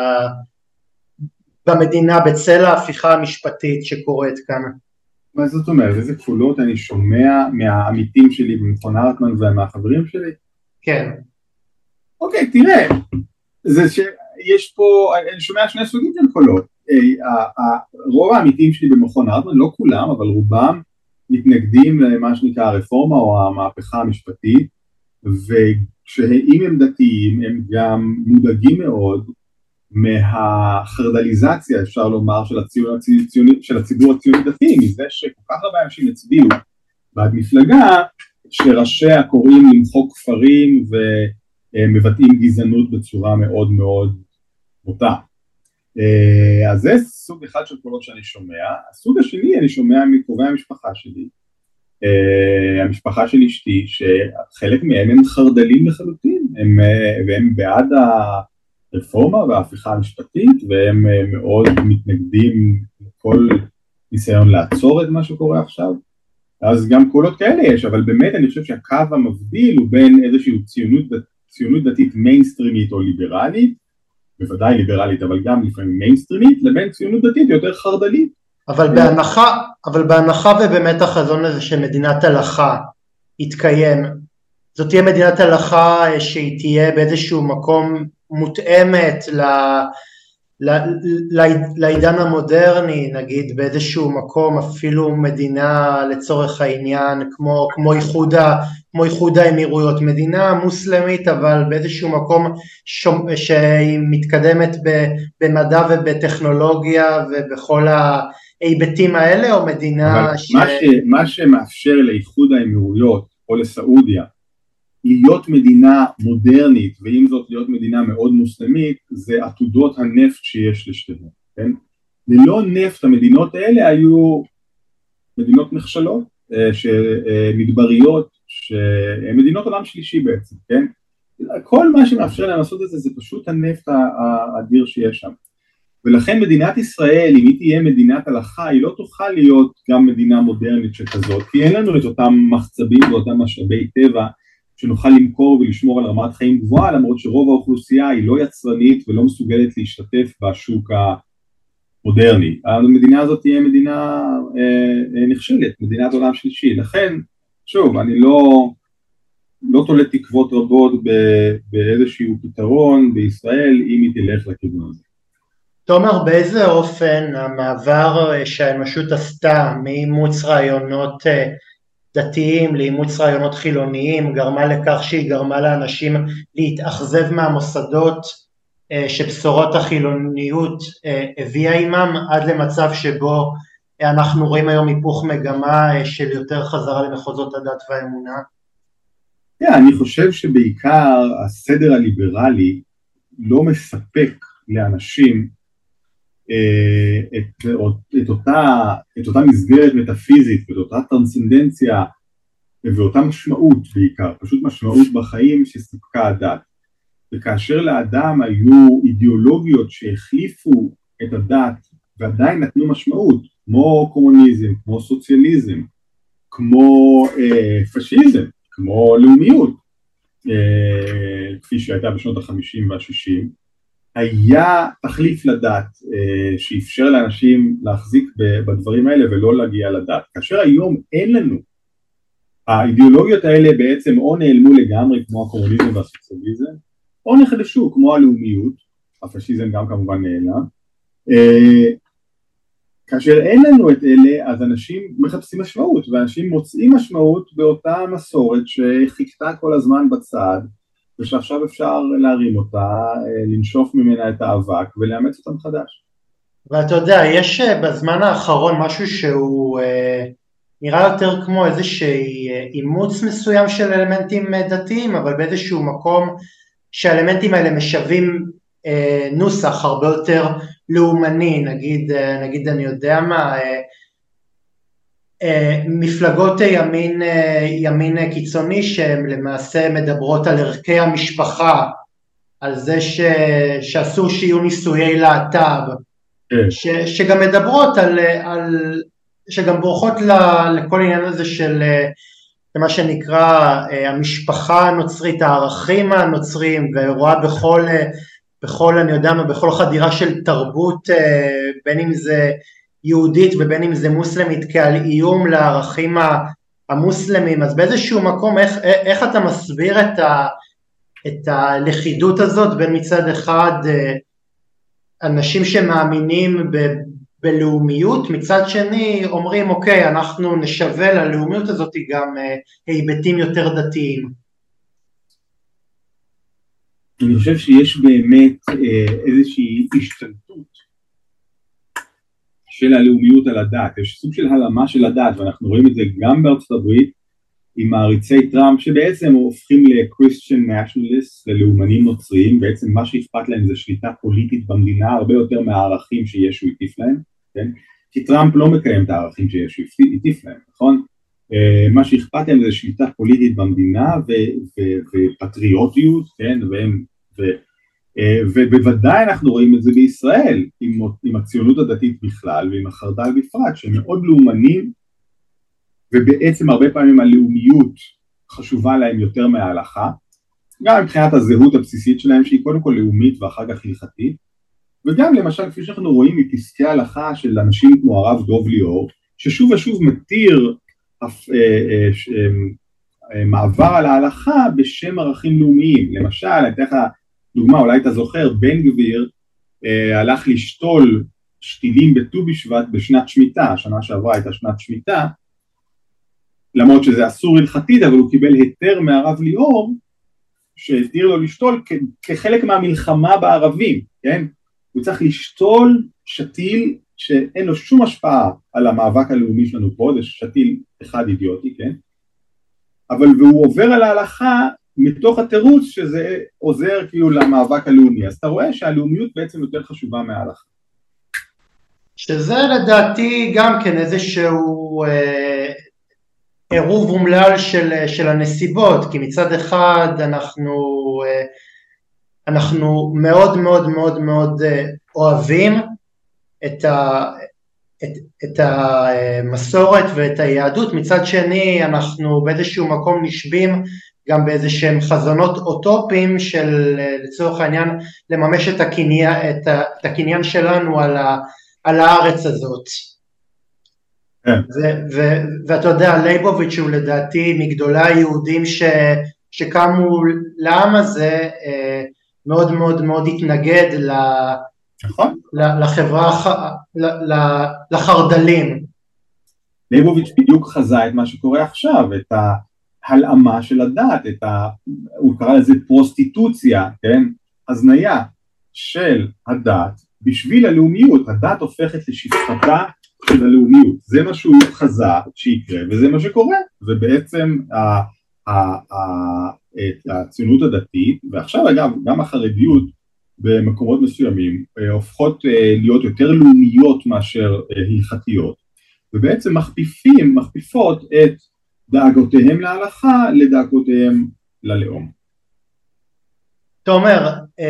במדינה בצל ההפיכה המשפטית שקורית כאן? מה זאת אומרת? איזה קולות אני שומע מהעמיתים שלי במכון הרטמן ומהחברים שלי? כן. אוקיי, תראה, זה שיש פה, אני שומע שני סוגים של קולות. רוב העמיתים שלי במכון הרטמן, לא כולם, אבל רובם מתנגדים למה שנקרא הרפורמה או המהפכה המשפטית, וכשאם הם דתיים, הם גם מודאגים מאוד מהחרדליזציה, אפשר לומר, של הציבור הציוני דתי, מזה שכל כך הרבה אנשים הצביעו בעד מפלגה, שראשיה קוראים למחוק כפרים ומבטאים גזענות בצורה מאוד מאוד בוטה. אז זה סוג אחד של קולות שאני שומע. הסוג השני אני שומע מקרובי המשפחה שלי, המשפחה של אשתי, שחלק מהם הם חרדלים לחלוטין, והם בעד הרפורמה וההפיכה המשפטית, והם מאוד מתנגדים לכל ניסיון לעצור את מה שקורה עכשיו. אז גם קולות כאלה יש, אבל באמת אני חושב שהקו המבדיל הוא בין איזושהי ציונות דתית מיינסטרימית או ליברלית, בוודאי ליברלית, אבל גם לפעמים מיינסטרימית, לבין ציונות דתית יותר חרדלית. אבל בהנחה ובאמת החזון הזה שמדינת הלכה יתקיים, זאת תהיה מדינת הלכה שהיא תהיה באיזשהו מקום מותאמת לעידן המודרני, נגיד באיזשהו מקום אפילו מדינה לצורך העניין כמו איחוד האמירויות, מדינה מוסלמית אבל באיזשהו מקום שהיא מתקדמת במדע ובטכנולוגיה ובכל ההיבטים האלה, או מדינה מה שמאפשר לאיחוד האמירויות או לסעודיה להיות מדינה מודרנית, ועם זאת להיות מדינה מאוד מוסלמית, זה עתודות הנפט שיש לשתיהן, כן? ללא נפט המדינות האלה היו מדינות נחשלות, שמדבריות, שהן מדינות עולם שלישי בעצם, כן? כל מה שמאפשר להם לעשות את זה, זה פשוט הנפט האדיר שיש שם. ולכן מדינת ישראל, אם היא תהיה מדינת הלכה, היא לא תוכל להיות גם מדינה מודרנית שכזאת, כי אין לנו את אותם מחצבים ואותם משאבי טבע, שנוכל למכור ולשמור על רמת חיים גבוהה, למרות שרוב האוכלוסייה היא לא יצרנית ולא מסוגלת להשתתף בשוק המודרני. המדינה הזאת תהיה מדינה נכשלת, מדינת עולם שלישי. לכן, שוב, אני לא תולה תקוות רבות באיזשהו פתרון בישראל, אם היא תלך לכיוון הזה. תומר, באיזה אופן המעבר שהאנושות עשתה מאימוץ רעיונות דתיים לאימוץ רעיונות חילוניים גרמה לכך שהיא גרמה לאנשים להתאכזב מהמוסדות שבשורות החילוניות הביאה עימם, עד למצב שבו אנחנו רואים היום היפוך מגמה של יותר חזרה למחוזות הדת והאמונה? אני חושב שבעיקר הסדר הליברלי לא מספק לאנשים את אותה מסגרת מטאפיזית ואת אותה טרנסצנדנציה ואותה משמעות בעיקר, פשוט משמעות בחיים שסיפקה הדת. וכאשר לאדם היו אידיאולוגיות שהחליפו את הדת ועדיין נתנו משמעות, כמו קומוניזם, כמו סוציאליזם, כמו פשיזם, כמו לאומיות, כפי שהייתה בשנות ה-50 וה-60, היה תחליף לדת שאפשר לאנשים להחזיק בדברים האלה ולא להגיע לדת. כאשר היום אין לנו, האידיאולוגיות האלה בעצם או נעלמו לגמרי כמו הקומוניזם והסוציאליזם, או נחדשו כמו הלאומיות, הפשיזם גם כמובן נעלם. כאשר אין לנו את אלה, אז אנשים מחפשים משמעות, ואנשים מוצאים משמעות באותה מסורת שחיכתה כל הזמן בצד, ושעכשיו אפשר להרים אותה, לנשוף ממנה את האבק ולאמץ אותה מחדש. ואתה יודע, יש בזמן האחרון משהו שהוא נראה יותר כמו איזושהי אימוץ מסוים של אלמנטים דתיים, אבל באיזשהו מקום שהאלמנטים האלה משווים נוסח הרבה יותר לאומני, נגיד אני יודע מה, מפלגות ימין קיצוני שהן למעשה מדברות על ערכי המשפחה, על זה שאסור שיהיו נישואי להט"ב, שגם מדברות שגם בורחות לכל עניין הזה של מה שנקרא המשפחה הנוצרית, הערכים הנוצריים, ורואה בכל אני יודע מה, בכל חדירה של תרבות, בין אם זה יהודית ובין אם זה מוסלמית, כעל איום לערכים המוסלמים. אז באיזשהו מקום איך אתה מסביר את הלכידות הזאת בין מצד אחד אנשים שמאמינים בלאומיות, מצד שני אומרים אוקיי, אנחנו נשווה ללאומיות הזאת גם היבטים יותר דתיים? אני חושב שיש באמת איזושהי השתלטות של הלאומיות על הדת, יש סוג של הלמה של הדת, ואנחנו רואים את זה גם בארצות הברית, עם מעריצי טראמפ, שבעצם הופכים ל-Christian nationalists, ללאומנים נוצריים, בעצם מה שאכפת להם זה שליטה פוליטית במדינה, הרבה יותר מהערכים שישו הטיף להם, כן? כי טראמפ לא מקיים את הערכים שישו הטיף להם, נכון? מה שאכפת להם זה שליטה פוליטית במדינה, ופטריוטיות, כן? ובוודאי אנחנו רואים את זה בישראל, עם הציונות הדתית בכלל, ועם החרד"ל בפרט, שהם מאוד לאומנים, ובעצם הרבה פעמים הלאומיות חשובה להם יותר מההלכה, גם מבחינת הזהות הבסיסית שלהם, שהיא קודם כל לאומית ואחר כך הלכתית, וגם למשל כפי שאנחנו רואים מפסקי ההלכה של אנשים כמו הרב דוב ליאור, ששוב ושוב מתיר מעבר על ההלכה בשם ערכים לאומיים. למשל, אני אתן לך דוגמה, אולי אתה זוכר, בן גביר הלך לשתול שתילים בט"ו בשבט בשנת שמיטה, השנה שעברה הייתה שנת שמיטה, למרות שזה אסור הלכתית, אבל הוא קיבל היתר מהרב ליאור, שהתיר לו לשתול כחלק מהמלחמה בערבים, כן? הוא צריך לשתול שתיל שאין לו שום השפעה על המאבק הלאומי שלנו פה, זה שתיל אחד אידיוטי, כן? והוא עובר על ההלכה מתוך התירוץ שזה עוזר כאילו למאבק הלאומי, אז אתה רואה שהלאומיות בעצם יותר חשובה מההלכה. שזה לדעתי גם כן איזשהו עירוב אומלל של הנסיבות, כי מצד אחד אנחנו מאוד מאוד מאוד מאוד אוהבים את המסורת ואת היהדות, מצד שני אנחנו באיזשהו מקום נשבים גם באיזשהם חזונות אוטופיים של לצורך העניין לממש את הקניין שלנו על הארץ הזאת. ואתה יודע, לייבוביץ' הוא לדעתי מגדולי היהודים שקמו לעם הזה, מאוד מאוד מאוד התנגד לחברה, לחרדלים. לייבוביץ' בדיוק חזה את מה שקורה עכשיו, את ההלאמה של הדת, הוא קרא לזה פרוסטיטוציה, כן? הזניה של הדת בשביל הלאומיות, הדת הופכת לשפחתה של הלאומיות, זה מה שהוא חזה שיקרה, וזה מה שקורה, ובעצם הציונות הדתית, ועכשיו אגב גם החרדיות במקומות מסוימים, הופכות להיות יותר לאומיות מאשר הלכתיות, ובעצם מכפיפות את דאגותיהם להלכה לדאגותיהם ללאום. תומר,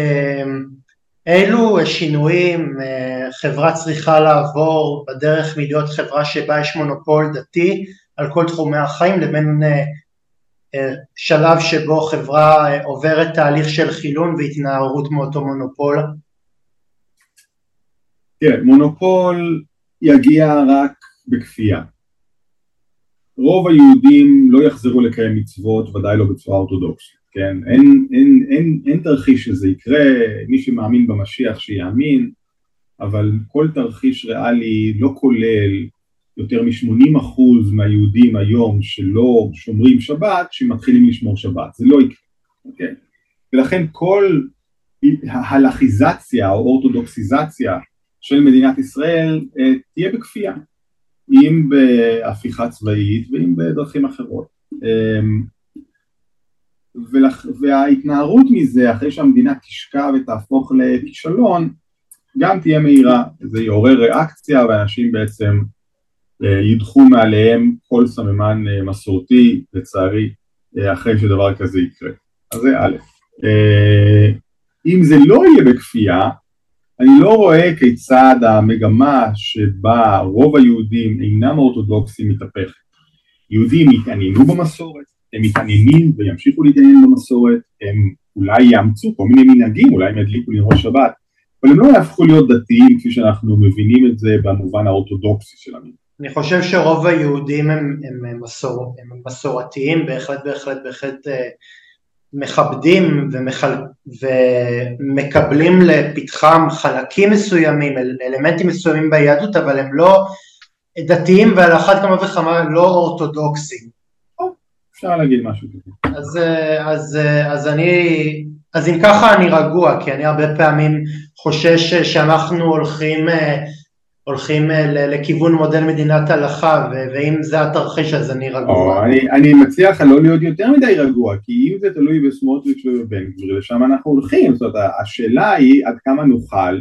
אילו שינויים חברה צריכה לעבור בדרך מלהיות חברה שבה יש מונופול דתי על כל תחומי החיים לבין שלב שבו חברה עוברת תהליך של חילון והתנערות מאותו מונופול? כן, מונופול יגיע רק בכפייה. רוב היהודים לא יחזרו לקיים מצוות, ודאי לא בצורה אורתודוקסית, כן? אין תרחיש שזה יקרה, מי שמאמין במשיח שיאמין, אבל כל תרחיש ריאלי לא כולל יותר מ-80% מהיהודים היום שלא שומרים שבת, שמתחילים לשמור שבת, זה לא יקרה, אוקיי? ולכן כל ההלכיזציה או אורתודוקסיזציה של מדינת ישראל תהיה בכפייה, אם בהפיכה צבאית ואם בדרכים אחרות. וההתנערות מזה, אחרי שהמדינה תשקע ותהפוך לכישלון, גם תהיה מהירה, זה יעורר ריאקציה, ואנשים בעצם ידחו מעליהם כל סממן מסורתי, לצערי, אחרי שדבר כזה יקרה. אז זה א'. אם זה לא יהיה בכפייה, אני לא רואה כיצד המגמה שבה רוב היהודים אינם אורתודוקסים מתהפכת. יהודים יתעניינו במסורת, הם מתעניינים וימשיכו להתעניין במסורת, הם אולי יאמצו כל מיני מנהגים, אולי הם ידליקו לנרות שבת, אבל הם לא יהפכו להיות דתיים כפי שאנחנו מבינים את זה במובן האורתודוקסי של המילה. אני חושב שרוב היהודים הם מסורתיים, בהחלט מכבדים ומקבלים לפתחם חלקים מסוימים, אלמנטים מסוימים ביהדות, אבל הם לא דתיים ועל אחת כמה וכמה לא אורתודוקסים. אפשר להגיד משהו כזה. אז אם ככה אני רגוע, כי אני הרבה פעמים חושש שאנחנו הולכים לכיוון מודל מדינת הלכה, ואם זה התרחיש אז אני רגוע. אני מציע לך לא להיות יותר מדי רגוע, כי אם זה תלוי בסמוטריץ' ובן גביר, לשם אנחנו הולכים. זאת אומרת, השאלה היא עד כמה נוכל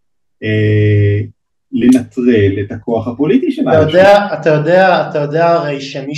לנטרל את הכוח הפוליטי שלנו. אתה יודע הרי שמי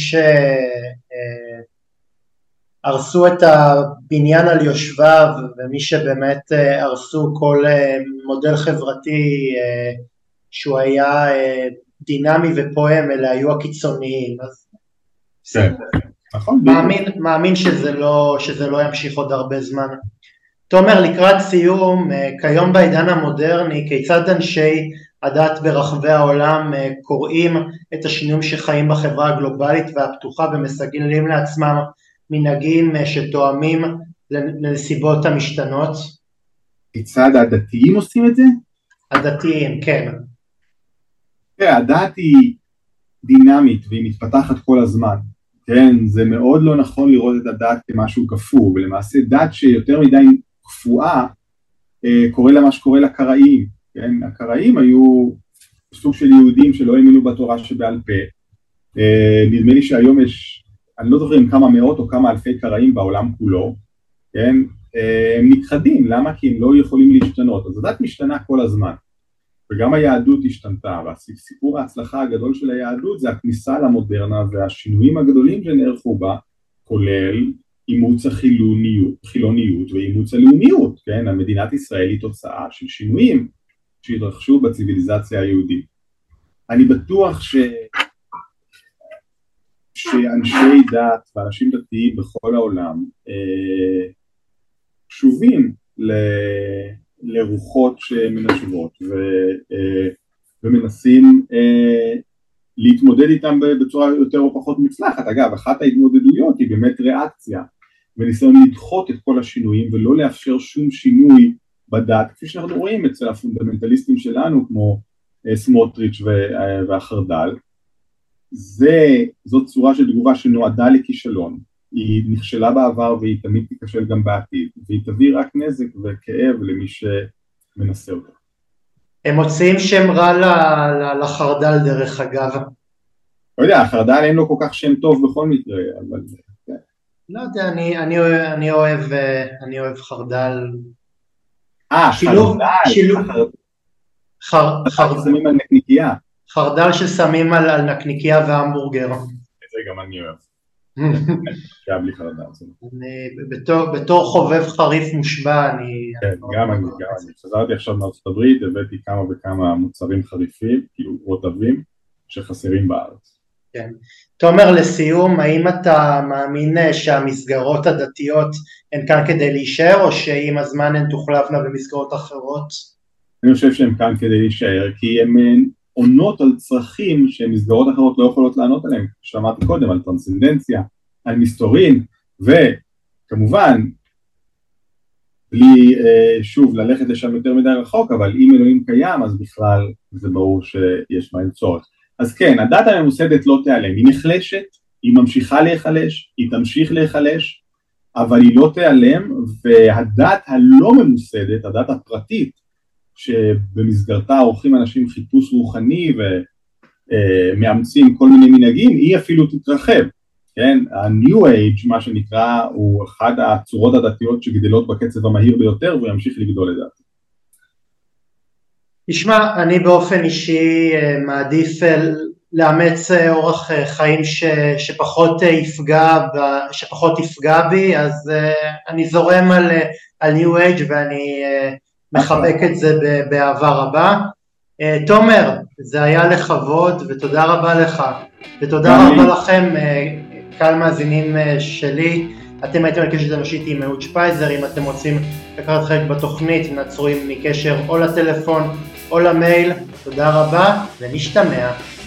שהרסו את הבניין על יושביו, ומי שבאמת הרסו כל מודל חברתי שהוא היה דינמי ופועם, אלה היו הקיצוניים, אז כן, נכון. מאמין שזה לא ימשיך עוד הרבה זמן. תומר, לקראת סיום, כיום בעידן המודרני, כיצד אנשי הדת ברחבי העולם קוראים את השינויים שחיים בחברה הגלובלית והפתוחה ומסגלים לעצמם מנהגים שתואמים לנסיבות המשתנות? כיצד הדתיים עושים את זה? הדתיים, כן. הדת היא דינמית והיא מתפתחת כל הזמן, כן? זה מאוד לא נכון לראות את הדת כמשהו קפוא, ולמעשה דת שיותר מדי קפואה קורה לה מה שקורה לקראים, כן? הקראים היו סוג של יהודים שלא האמינו בתורה שבעל פה, נדמה לי שהיום יש, אני לא זוכר אם כמה מאות או כמה אלפי קראים בעולם כולו, כן? הם נכחדים, למה? כי הם לא יכולים להשתנות, אז הדת משתנה כל הזמן. וגם היהדות השתנתה, והסיפור ההצלחה הגדול של היהדות זה הכניסה למודרנה והשינויים הגדולים שנערכו בה, כולל אימוץ החילוניות ואימוץ הלאומיות, כן? המדינת ישראל היא תוצאה של שינויים שהתרחשו בציביליזציה היהודית. אני בטוח שאנשי דת ואנשים דתיים בכל העולם קשובים לרוחות שמנשבות ומנסים להתמודד איתם בצורה יותר או פחות מוצלחת. אגב, אחת ההתמודדויות היא באמת ריאקציה וניסיון לדחות את כל השינויים ולא לאפשר שום שינוי בדת, כפי שאנחנו רואים אצל הפונדמנטליסטים שלנו כמו סמוטריץ' והחרד"ל. זאת צורה של תגובה שנועדה לכישלון, היא נכשלה בעבר והיא תמיד תיכשל גם בעתיד, והיא תביא רק נזק וכאב למי שמנסה אותה. הם מוצאים שם רע לחרד"ל דרך אגב. לא יודע, החרד"ל אין לו כל כך שם טוב בכל מקרה, אבל... לא יודע, אני אוהב חרד"ל. חרד"ל ששמים על נקניקייה. חרד"ל ששמים על נקניקייה והמבורגר. זה גם אני אוהב. גם לי חרד"ל. בתור חובב חריף מושבע, כן, גם אני. חזרתי עכשיו מארצות הברית, הבאתי כמה וכמה מוצרים חריפים, כאילו רוטבים, שחסרים בארץ. כן. תומר, לסיום, האם אתה מאמין שהמסגרות הדתיות הן כאן כדי להישאר, או שעם הזמן הן תוחלפנה במסגרות אחרות? אני חושב שהן כאן כדי להישאר, כי הן עונות על צרכים שמסגרות אחרות לא יכולות לענות עליהם, שאמרתי קודם, על טרנסצנדנציה, על מסתורין, וכמובן, בלי שוב ללכת לשם יותר מדי רחוק, אבל אם אלוהים קיים, אז בכלל זה ברור שיש בהם צורך. אז כן, הדת הממוסדת לא תיעלם, היא נחלשת, היא ממשיכה להיחלש, היא תמשיך להיחלש, אבל היא לא תיעלם, והדת הלא ממוסדת, הדת הפרטית, שבמסגרתה עורכים אנשים חיפוש רוחני ומאמצים כל מיני מנהגים, היא אפילו תתרחב, כן? ה-New Age, מה שנקרא, הוא אחד הצורות הדתיות שגדלות בקצב המהיר ביותר, והוא ימשיך לגדול לדעתי. תשמע, אני באופן אישי מעדיף לאמץ אורח חיים שפחות יפגע בי, אז אני זורם על New Age ואני מחבק את זה באהבה רבה. תומר, זה היה לכבוד ותודה רבה לך, ותודה רבה לכם, קהל מאזינים שלי. אתם הייתם על קשת אנושית עם אהוד שפייזר. אם אתם רוצים לקחת חלק בתוכנית, נעצרו עם מקשר או לטלפון או למייל. תודה רבה ונשתמע.